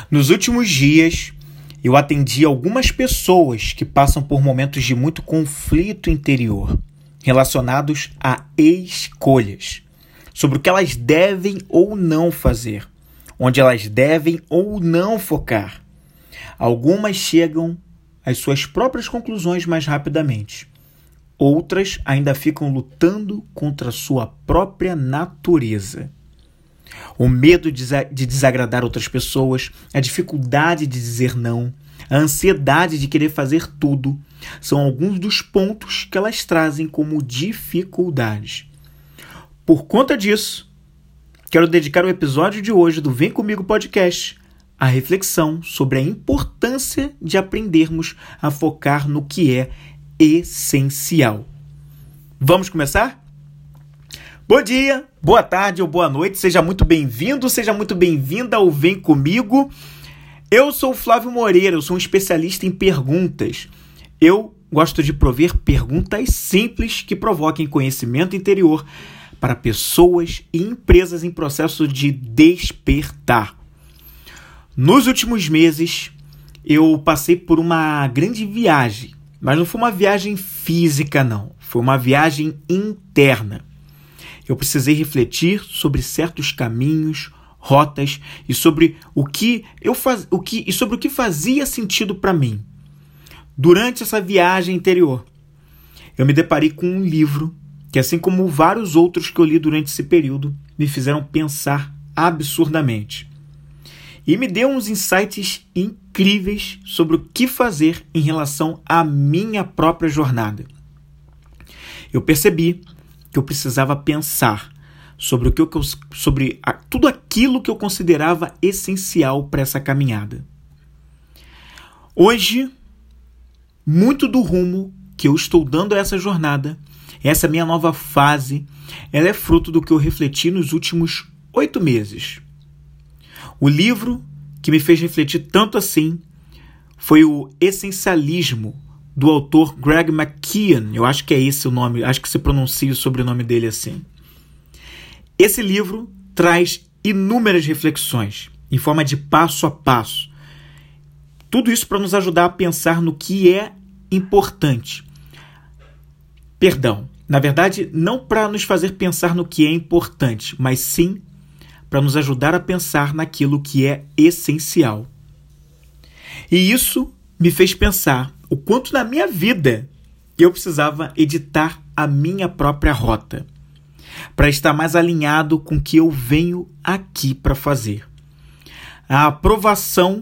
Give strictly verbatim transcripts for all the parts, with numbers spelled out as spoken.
Nos últimos dias, eu atendi algumas pessoas que passam por momentos de muito conflito interior, relacionados a escolhas, sobre o que elas devem ou não fazer, onde elas devem ou não focar. Algumas chegam às suas próprias conclusões mais rapidamente. Outras ainda ficam lutando contra a sua própria natureza. O medo de desagradar outras pessoas, a dificuldade de dizer não, a ansiedade de querer fazer tudo, são alguns dos pontos que elas trazem como dificuldades. Por conta disso, quero dedicar o episódio de hoje do Vem Comigo Podcast à reflexão sobre a importância de aprendermos a focar no que é essencial. Vamos começar? Bom dia, boa tarde ou boa noite, seja muito bem-vindo, seja muito bem-vinda ao Vem Comigo. Eu sou o Flávio Moreira, eu sou um especialista em perguntas. Eu gosto de prover perguntas simples que provoquem conhecimento interior para pessoas e empresas em processo de despertar. Nos últimos meses, eu passei por uma grande viagem, mas não foi uma viagem física, não. Foi uma viagem interna. Eu precisei refletir sobre certos caminhos, rotas e sobre o que eu faz... o que... e sobre o que fazia sentido para mim. Durante essa viagem interior, eu me deparei com um livro que, assim como vários outros que eu li durante esse período, me fizeram pensar absurdamente. E me deu uns insights incríveis sobre o que fazer em relação à minha própria jornada. Eu percebi que eu precisava pensar sobre, o que eu, sobre a, tudo aquilo que eu considerava essencial para essa caminhada. Hoje, muito do rumo que eu estou dando a essa jornada, essa minha nova fase, ela é fruto do que eu refleti nos últimos oito meses. O livro que me fez refletir tanto assim foi o Essencialismo, do autor Greg McKeown. Eu acho que é esse o nome, acho que se pronuncia o sobrenome dele assim. Esse livro traz inúmeras reflexões, em forma de passo a passo. Tudo isso para nos ajudar a pensar no que é importante. Perdão, na verdade, não para nos fazer pensar no que é importante, mas sim para nos ajudar a pensar naquilo que é essencial. E isso me fez pensar o quanto na minha vida eu precisava editar a minha própria rota, para estar mais alinhado com o que eu venho aqui para fazer. A aprovação,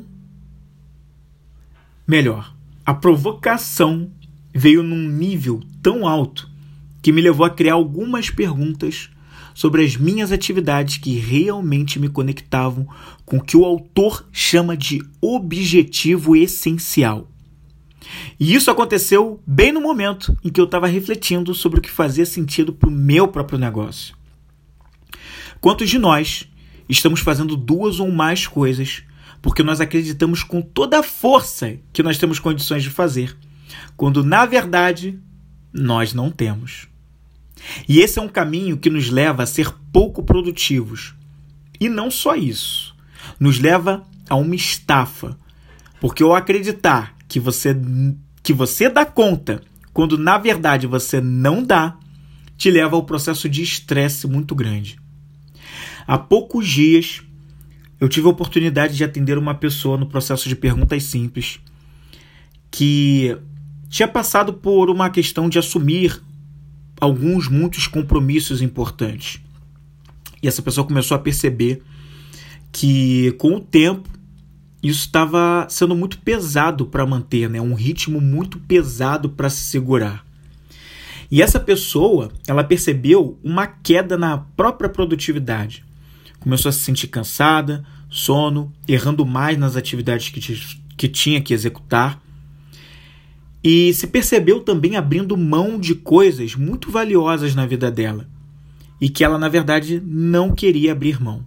melhor, a provocação veio num nível tão alto que me levou a criar algumas perguntas sobre as minhas atividades que realmente me conectavam com o que o autor chama de objetivo essencial. E isso aconteceu bem no momento em que eu estava refletindo sobre o que fazia sentido para o meu próprio negócio. Quantos de nós estamos fazendo duas ou mais coisas porque nós acreditamos com toda a força que nós temos condições de fazer, quando na verdade nós não temos? E esse é um caminho que nos leva a ser pouco produtivos. E não só isso, nos leva a uma estafa, porque ao acreditar que você, que você dá conta, quando na verdade você não dá, te leva ao processo de estresse muito grande. Há poucos dias, eu tive a oportunidade de atender uma pessoa no processo de perguntas simples, que tinha passado por uma questão de assumir alguns, muitos compromissos importantes. E essa pessoa começou a perceber que, com o tempo, isso estava sendo muito pesado para manter, né? Um ritmo muito pesado para se segurar. E essa pessoa, ela percebeu uma queda na própria produtividade. Começou a se sentir cansada, sono, errando mais nas atividades que, t- que tinha que executar. E se percebeu também abrindo mão de coisas muito valiosas na vida dela e que ela, na verdade, não queria abrir mão.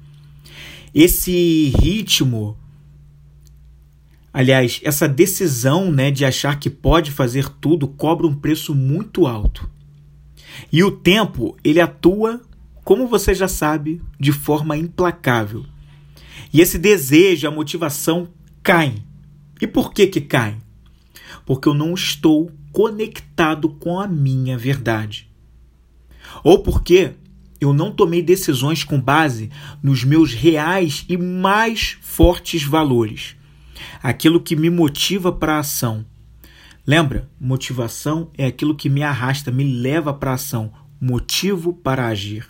Esse ritmo, aliás, essa decisão, né, de achar que pode fazer tudo cobra um preço muito alto. E o tempo, ele atua, como você já sabe, de forma implacável. E esse desejo, a motivação caem. E por que que caem? Porque eu não estou conectado com a minha verdade. Ou porque eu não tomei decisões com base nos meus reais e mais fortes valores. Aquilo que me motiva para a ação. Lembra? Motivação é aquilo que me arrasta, me leva para a ação. Motivo para agir.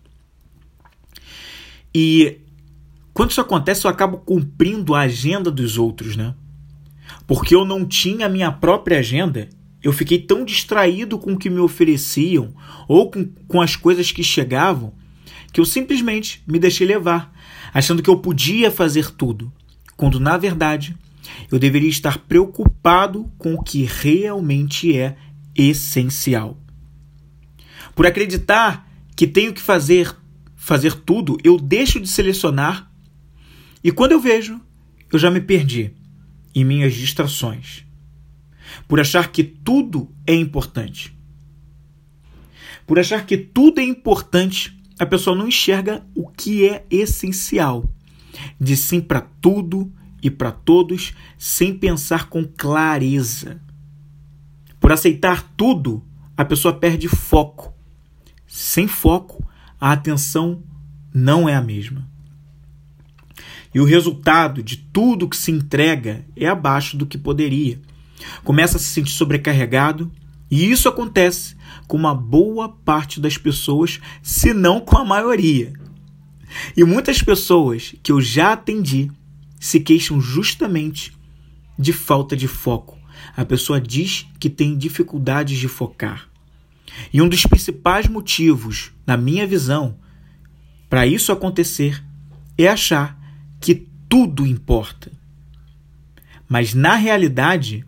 E quando isso acontece, eu acabo cumprindo a agenda dos outros, né? Porque eu não tinha a minha própria agenda, eu fiquei tão distraído com o que me ofereciam ou com, com as coisas que chegavam, que eu simplesmente me deixei levar, achando que eu podia fazer tudo, quando na verdade eu deveria estar preocupado com o que realmente é essencial. Por acreditar que tenho que fazer, fazer tudo, eu deixo de selecionar e quando eu vejo, eu já me perdi em minhas distrações. Por achar que tudo é importante. Por achar que tudo é importante, a pessoa não enxerga o que é essencial. Diz sim para tudo e para todos, sem pensar com clareza. Por aceitar tudo, a pessoa perde foco. Sem foco, a atenção não é a mesma. E o resultado de tudo que se entrega é abaixo do que poderia. Começa a se sentir sobrecarregado, e isso acontece com uma boa parte das pessoas, se não com a maioria. E muitas pessoas que eu já atendi se queixam justamente de falta de foco. A pessoa diz que tem dificuldades de focar. E um dos principais motivos, na minha visão, para isso acontecer é achar que tudo importa. Mas, na realidade,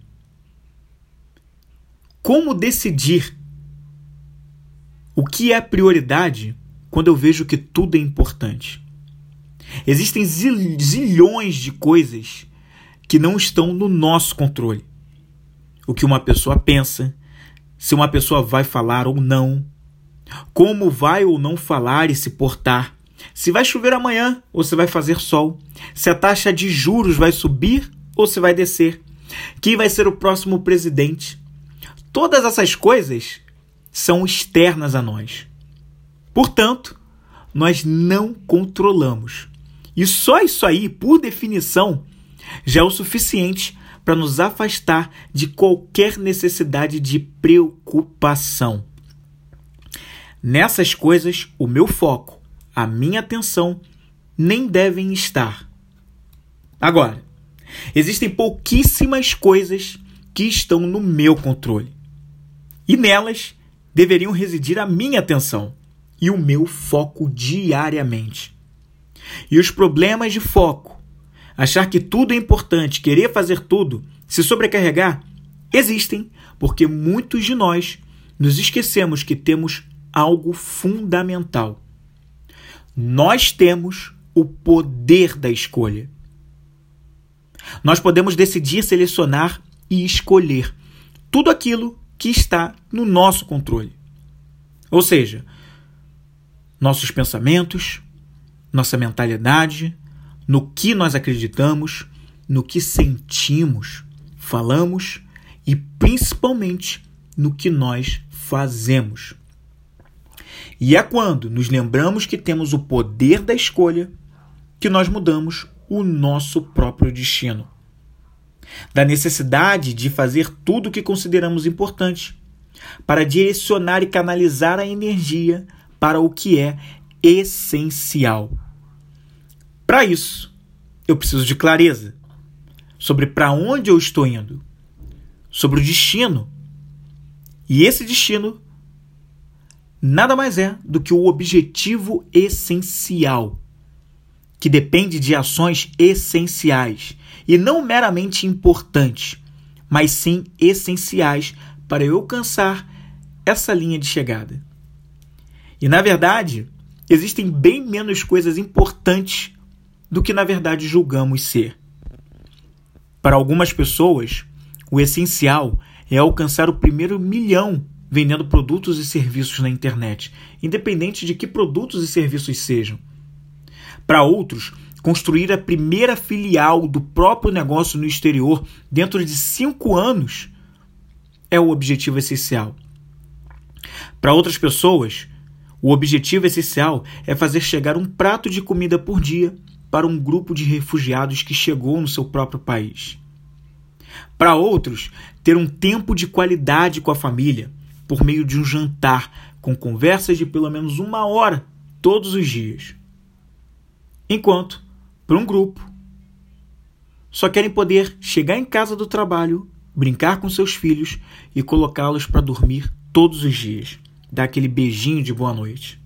como decidir o que é prioridade quando eu vejo que tudo é importante? Existem zil- zilhões de coisas que não estão no nosso controle. O que uma pessoa pensa, se uma pessoa vai falar ou não, como vai ou não falar e se portar, se vai chover amanhã ou se vai fazer sol, se a taxa de juros vai subir ou se vai descer, quem vai ser o próximo presidente. Todas essas coisas são externas a nós. Portanto, nós não controlamos. E só isso aí, por definição, já é o suficiente para nos afastar de qualquer necessidade de preocupação. Nessas coisas, o meu foco, a minha atenção, nem devem estar. Agora, existem pouquíssimas coisas que estão no meu controle. E nelas deveriam residir a minha atenção e o meu foco diariamente. E os problemas de foco, achar que tudo é importante, querer fazer tudo, se sobrecarregar, existem porque muitos de nós nos esquecemos que temos algo fundamental. Nós temos o poder da escolha. Nós podemos decidir, selecionar e escolher tudo aquilo que está no nosso controle. Ou seja, nossos pensamentos, nossa mentalidade, no que nós acreditamos, no que sentimos, falamos e principalmente no que nós fazemos. E é quando nos lembramos que temos o poder da escolha que nós mudamos o nosso próprio destino. Da necessidade de fazer tudo o que consideramos importante, para direcionar e canalizar a energia para o que é essencial. Para isso, eu preciso de clareza sobre para onde eu estou indo, sobre o destino. E esse destino nada mais é do que o objetivo essencial, que depende de ações essenciais e não meramente importantes, mas sim essenciais para eu alcançar essa linha de chegada. E, na verdade, existem bem menos coisas importantes do que, na verdade, julgamos ser. Para algumas pessoas, o essencial é alcançar o primeiro milhão vendendo produtos e serviços na internet, independente de que produtos e serviços sejam. Para outros, construir a primeira filial do próprio negócio no exterior dentro de cinco anos é o objetivo essencial. Para outras pessoas, o objetivo essencial é fazer chegar um prato de comida por dia para um grupo de refugiados que chegou no seu próprio país. Para outros, ter um tempo de qualidade com a família por meio de um jantar com conversas de pelo menos uma hora todos os dias. Enquanto, para um grupo, só querem poder chegar em casa do trabalho, brincar com seus filhos e colocá-los para dormir todos os dias. Dar aquele beijinho de boa noite.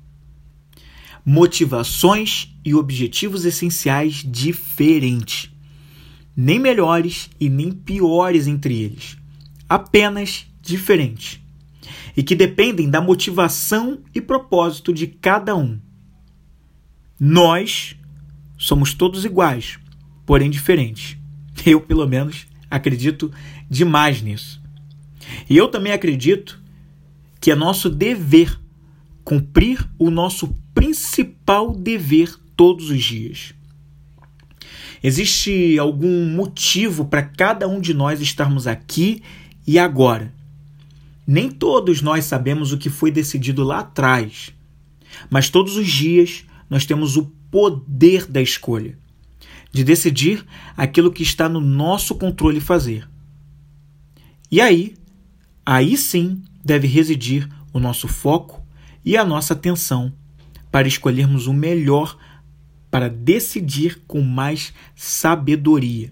Motivações e objetivos essenciais diferentes. Nem melhores e nem piores entre eles. Apenas diferentes. E que dependem da motivação e propósito de cada um. Nós somos todos iguais, porém diferentes. Eu, pelo menos, acredito demais nisso. E eu também acredito que é nosso dever cumprir o nosso principal dever todos os dias. Existe algum motivo para cada um de nós estarmos aqui e agora. Nem todos nós sabemos o que foi decidido lá atrás, mas todos os dias nós temos o poder da escolha, de decidir aquilo que está no nosso controle fazer. E aí, aí sim deve residir o nosso foco e a nossa atenção para escolhermos o melhor, para decidir com mais sabedoria.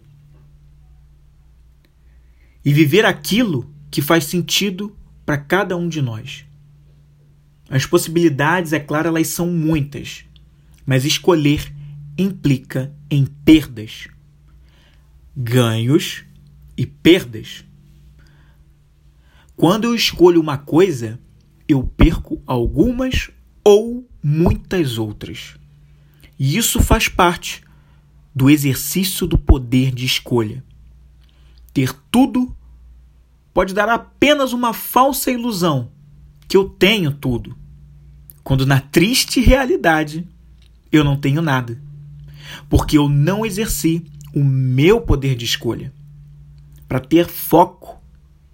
E viver aquilo que faz sentido para cada um de nós. As possibilidades, é claro, elas são muitas, mas escolher implica em perdas, ganhos e perdas. Quando eu escolho uma coisa, eu perco algumas ou muitas outras. E isso faz parte do exercício do poder de escolha. Ter tudo pode dar apenas uma falsa ilusão que eu tenho tudo, quando na triste realidade eu não tenho nada, porque eu não exerci o meu poder de escolha para ter foco.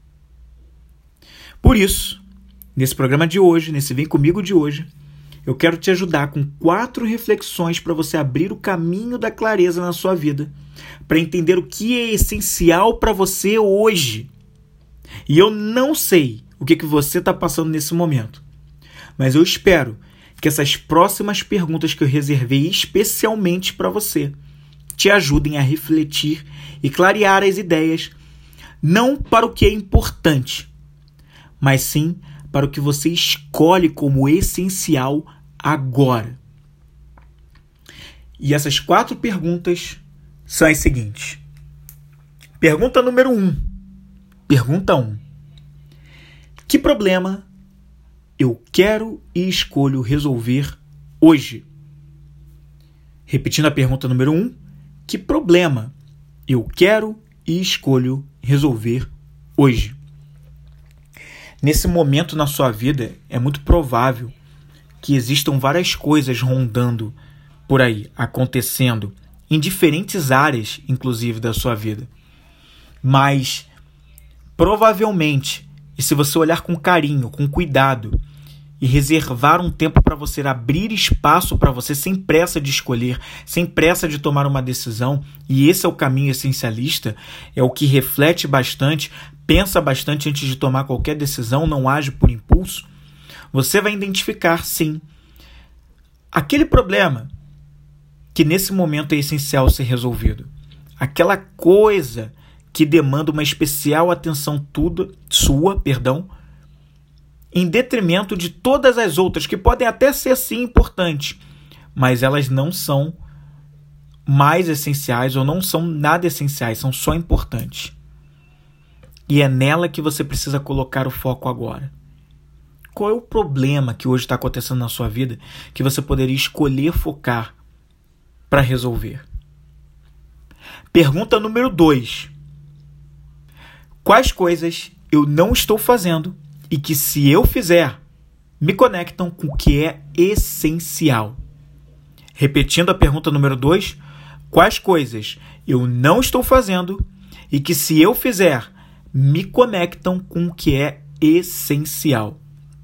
Por isso, nesse programa de hoje, nesse Vem Comigo de hoje, eu quero te ajudar com quatro reflexões para você abrir o caminho da clareza na sua vida, para entender o que é essencial para você hoje. E eu não sei o que, que você está passando nesse momento, mas eu espero que essas próximas perguntas que eu reservei especialmente para você te ajudem a refletir e clarear as ideias, não para o que é importante, mas sim para o que você escolhe como essencial agora. E essas quatro perguntas são as seguintes. Pergunta número um. Pergunta um. Que problema eu quero e escolho resolver hoje? Repetindo a pergunta número um. Que problema eu quero e escolho resolver hoje? Nesse momento na sua vida, é muito provável que existam várias coisas rondando por aí, acontecendo, em diferentes áreas, inclusive, da sua vida. Mas, provavelmente, e se você olhar com carinho, com cuidado, e reservar um tempo para você abrir espaço para você, sem pressa de escolher, sem pressa de tomar uma decisão, e esse é o caminho essencialista, é o que reflete bastante, pensa bastante antes de tomar qualquer decisão, não age por impulso, você vai identificar, sim, aquele problema que nesse momento é essencial ser resolvido. Aquela coisa que demanda uma especial atenção tudo, sua, perdão, em detrimento de todas as outras, que podem até ser sim importantes, mas elas não são mais essenciais ou não são nada essenciais, são só importantes. E é nela que você precisa colocar o foco agora. Qual é o problema que hoje está acontecendo na sua vida que você poderia escolher focar para resolver? Pergunta número dois. Quais coisas eu não estou fazendo e que, se eu fizer, me conectam com o que é essencial? Repetindo a pergunta número dois, quais coisas eu não estou fazendo e que, se eu fizer, me conectam com o que é essencial?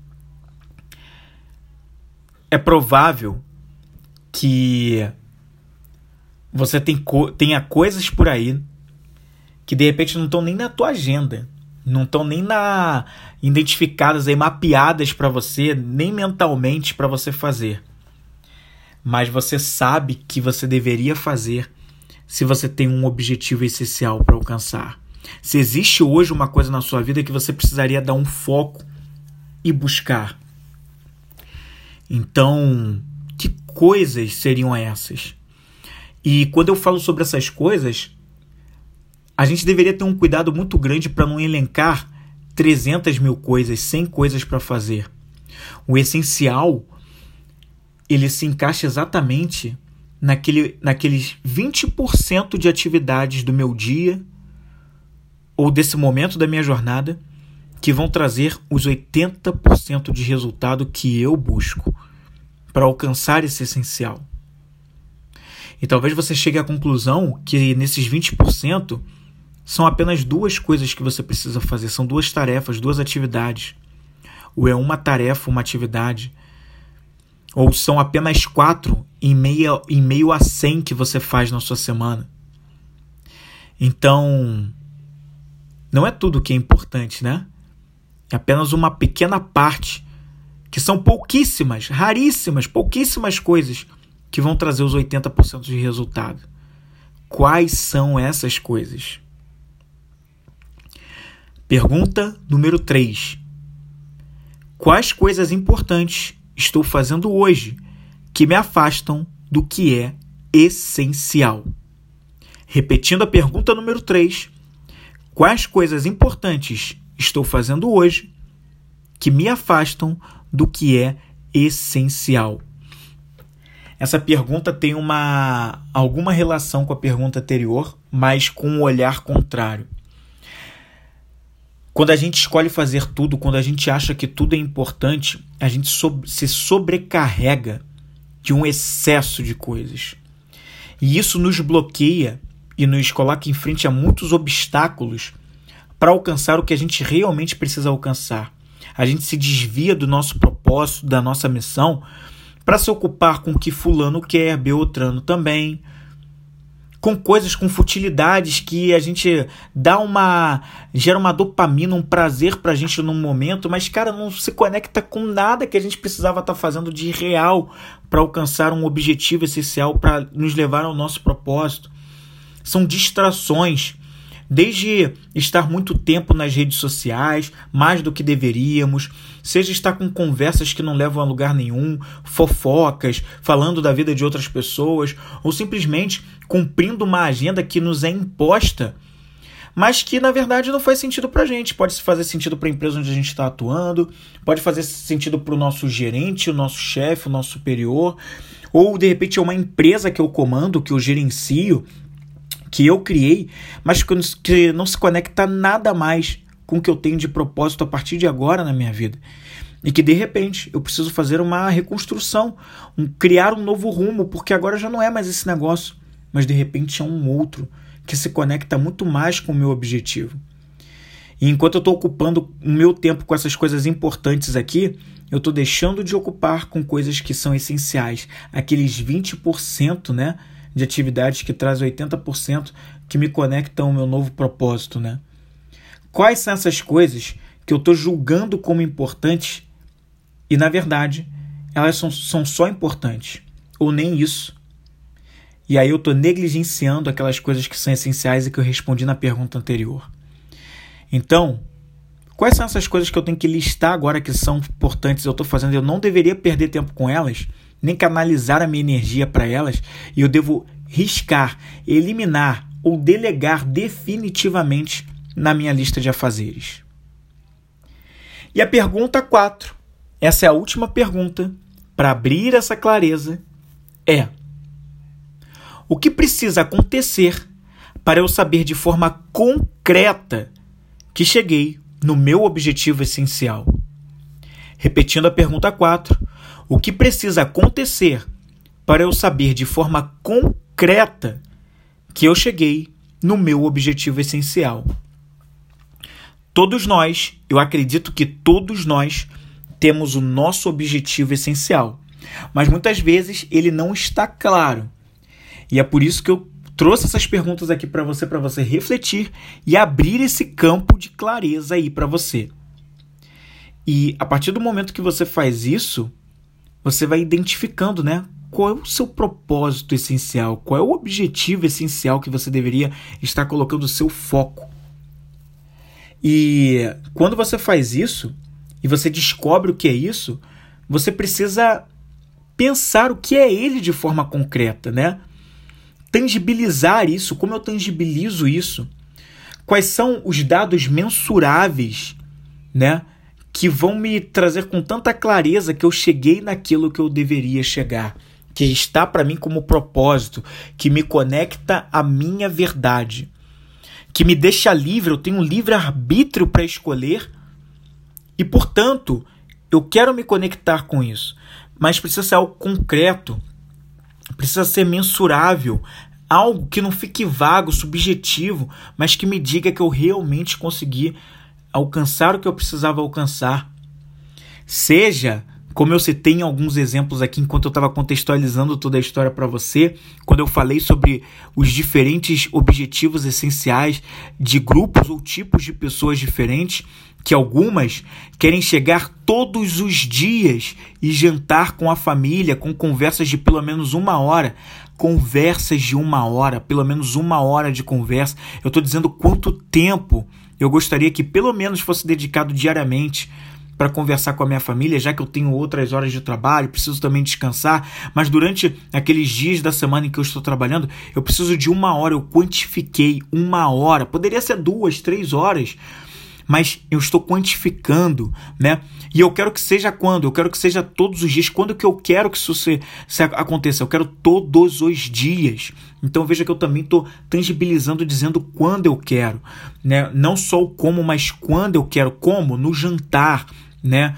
É provável que você tem co- tenha coisas por aí que de repente não estão nem na tua agenda, não estão nem na identificadas aí, mapeadas para você, nem mentalmente para você fazer. Mas você sabe que você deveria fazer se você tem um objetivo essencial para alcançar. Se existe hoje uma coisa na sua vida que você precisaria dar um foco e buscar. Então, que coisas seriam essas? E quando eu falo sobre essas coisas, a gente deveria ter um cuidado muito grande para não elencar trezentas mil coisas, cem coisas para fazer. O essencial, ele se encaixa exatamente naquele, naqueles vinte por cento de atividades do meu dia ou desse momento da minha jornada que vão trazer os oitenta por cento de resultado que eu busco para alcançar esse essencial. E talvez você chegue à conclusão que nesses vinte por cento são apenas duas coisas que você precisa fazer, são duas tarefas, duas atividades. Ou é uma tarefa, uma atividade, ou são apenas quatro em meio, em meio a cem que você faz na sua semana. Então, não é tudo que é importante, né? É apenas uma pequena parte, que são pouquíssimas, raríssimas, pouquíssimas coisas que vão trazer os oitenta por cento de resultado. Quais são essas coisas? Pergunta número três. Quais coisas importantes estou fazendo hoje que me afastam do que é essencial? Repetindo a pergunta número três. Quais coisas importantes estou fazendo hoje que me afastam do que é essencial? Essa pergunta tem uma, alguma relação com a pergunta anterior, mas com um olhar contrário. Quando a gente escolhe fazer tudo, quando a gente acha que tudo é importante, a gente so- se sobrecarrega de um excesso de coisas. E isso nos bloqueia e nos coloca em frente a muitos obstáculos para alcançar o que a gente realmente precisa alcançar. A gente se desvia do nosso propósito, da nossa missão, para se ocupar com o que fulano quer, Beltrano também, com coisas, com futilidades que a gente dá uma, gera uma dopamina, um prazer pra gente num momento, mas, cara, não se conecta com nada que a gente precisava estar fazendo de real para alcançar um objetivo essencial, para nos levar ao nosso propósito. São distrações, desde estar muito tempo nas redes sociais, mais do que deveríamos, seja estar com conversas que não levam a lugar nenhum, fofocas, falando da vida de outras pessoas, ou simplesmente cumprindo uma agenda que nos é imposta, mas que na verdade não faz sentido para a gente. Pode fazer sentido para a empresa onde a gente está atuando, pode fazer sentido para o nosso gerente, o nosso chefe, o nosso superior, ou de repente é uma empresa que eu comando, que eu gerencio, que eu criei, mas que não se conecta nada mais com o que eu tenho de propósito a partir de agora na minha vida. E que, de repente, eu preciso fazer uma reconstrução, um, criar um novo rumo, porque agora já não é mais esse negócio, mas, de repente, é um outro que se conecta muito mais com o meu objetivo. E enquanto eu estou ocupando o meu tempo com essas coisas importantes aqui, eu estou deixando de ocupar com coisas que são essenciais, aqueles vinte por cento, né, de atividades que trazem oitenta por cento que me conectam ao meu novo propósito, né? Quais são essas coisas que eu estou julgando como importantes e, na verdade, elas são, são só importantes, ou nem isso. E aí eu estou negligenciando aquelas coisas que são essenciais e que eu respondi na pergunta anterior. Então, quais são essas coisas que eu tenho que listar agora que são importantes, eu estou fazendo, eu não deveria perder tempo com elas, nem canalizar a minha energia para elas, e eu devo riscar, eliminar ou delegar definitivamente na minha lista de afazeres. E a pergunta quatro, essa é a última pergunta, para abrir essa clareza, é: o que precisa acontecer para eu saber de forma concreta que cheguei no meu objetivo essencial? Repetindo a pergunta quatro, o que precisa acontecer para eu saber de forma concreta que eu cheguei no meu objetivo essencial. Todos nós, eu acredito que todos nós temos o nosso objetivo essencial, mas muitas vezes ele não está claro. E é por isso que eu trouxe essas perguntas aqui para você, para você refletir e abrir esse campo de clareza aí para você. E a partir do momento que você faz isso, você vai identificando, né, qual é o seu propósito essencial, qual é o objetivo essencial que você deveria estar colocando o seu foco. E quando você faz isso, e você descobre o que é isso, você precisa pensar o que é ele de forma concreta, né? Tangibilizar isso, como eu tangibilizo isso? Quais são os dados mensuráveis, né, que vão me trazer com tanta clareza que eu cheguei naquilo que eu deveria chegar, que está para mim como propósito, que me conecta à minha verdade, que me deixa livre, eu tenho um livre-arbítrio para escolher e, portanto, eu quero me conectar com isso. Mas precisa ser algo concreto, precisa ser mensurável, algo que não fique vago, subjetivo, mas que me diga que eu realmente consegui alcançar o que eu precisava alcançar. Seja, como eu citei em alguns exemplos aqui enquanto eu estava contextualizando toda a história para você, quando eu falei sobre os diferentes objetivos essenciais de grupos ou tipos de pessoas diferentes, que algumas querem chegar todos os dias e jantar com a família, com conversas de pelo menos uma hora. Conversas de uma hora, pelo menos uma hora de conversa. Eu estou dizendo quanto tempo eu gostaria que pelo menos fosse dedicado diariamente para conversar com a minha família, já que eu tenho outras horas de trabalho, preciso também descansar, mas durante aqueles dias da semana em que eu estou trabalhando, eu preciso de uma hora, eu quantifiquei uma hora, poderia ser duas, três horas, mas eu estou quantificando, né? E eu quero que seja quando? Eu quero que seja todos os dias. Quando que eu quero que isso se, se aconteça? Eu quero todos os dias. Então veja que eu também estou tangibilizando, dizendo quando eu quero, né? Não só o como, mas quando eu quero. Como? No jantar, né?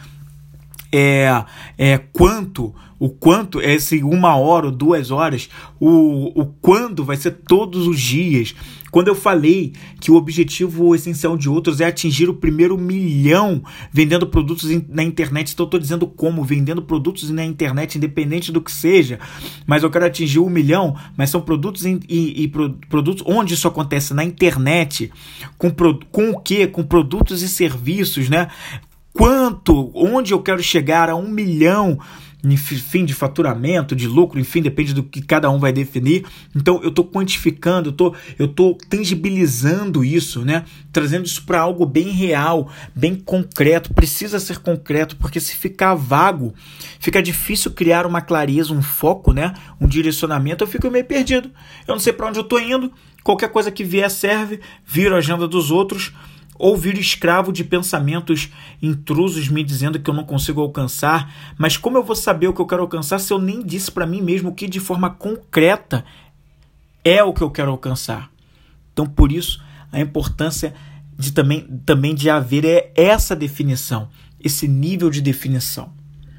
É, é quanto, o quanto é esse uma hora ou duas horas, o, o quando vai ser todos os dias. Quando eu falei que o objetivo essencial de outros é atingir o primeiro milhão vendendo produtos na internet, então eu estou dizendo como, vendendo produtos na internet, independente do que seja, mas eu quero atingir um milhão, mas são produtos e, e, e produtos onde isso acontece na internet, com, com o quê? Com produtos e serviços, né? Quanto, onde eu quero chegar a um milhão, enfim, de faturamento, de lucro, enfim, depende do que cada um vai definir. Então eu estou quantificando, eu tô, eu tô tangibilizando isso, né? Trazendo isso para algo bem real, bem concreto. Precisa ser concreto, porque se ficar vago, fica difícil criar uma clareza, um foco, né? Um direcionamento, eu fico meio perdido. Eu não sei para onde eu estou indo, qualquer coisa que vier serve, viro a agenda dos outros, ou viro escravo de pensamentos intrusos me dizendo que eu não consigo alcançar. Mas como eu vou saber o que eu quero alcançar se eu nem disse para mim mesmo que de forma concreta é o que eu quero alcançar? Então, por isso, a importância de também, também de haver é essa definição, esse nível de definição.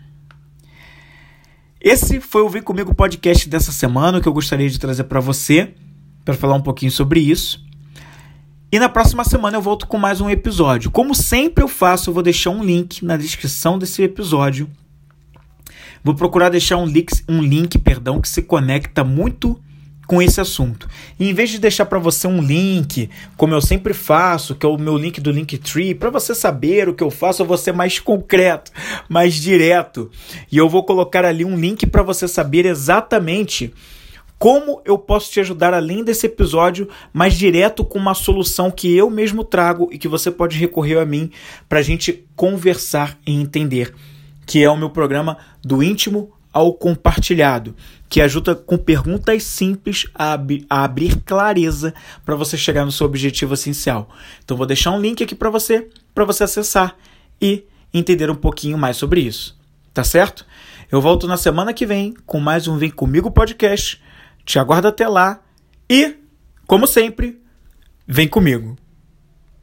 Esse foi o Vem Comigo podcast dessa semana, que eu gostaria de trazer para você, para falar um pouquinho sobre isso. E na próxima semana eu volto com mais um episódio. Como sempre eu faço, eu vou deixar um link na descrição desse episódio. Vou procurar deixar um link, um link perdão, que se conecta muito com esse assunto. E em vez de deixar para você um link, como eu sempre faço, que é o meu link do Linktree, para você saber o que eu faço, eu vou ser mais concreto, mais direto. E eu vou colocar ali um link para você saber exatamente como eu posso te ajudar além desse episódio, mais direto com uma solução que eu mesmo trago e que você pode recorrer a mim para a gente conversar e entender, que é o meu programa do íntimo ao compartilhado, que ajuda com perguntas simples a, ab- a abrir clareza para você chegar no seu objetivo essencial. Então vou deixar um link aqui para você, para você acessar e entender um pouquinho mais sobre isso. Tá certo? Eu volto na semana que vem com mais um Vem Comigo podcast. Te aguardo até lá e, como sempre, vem comigo.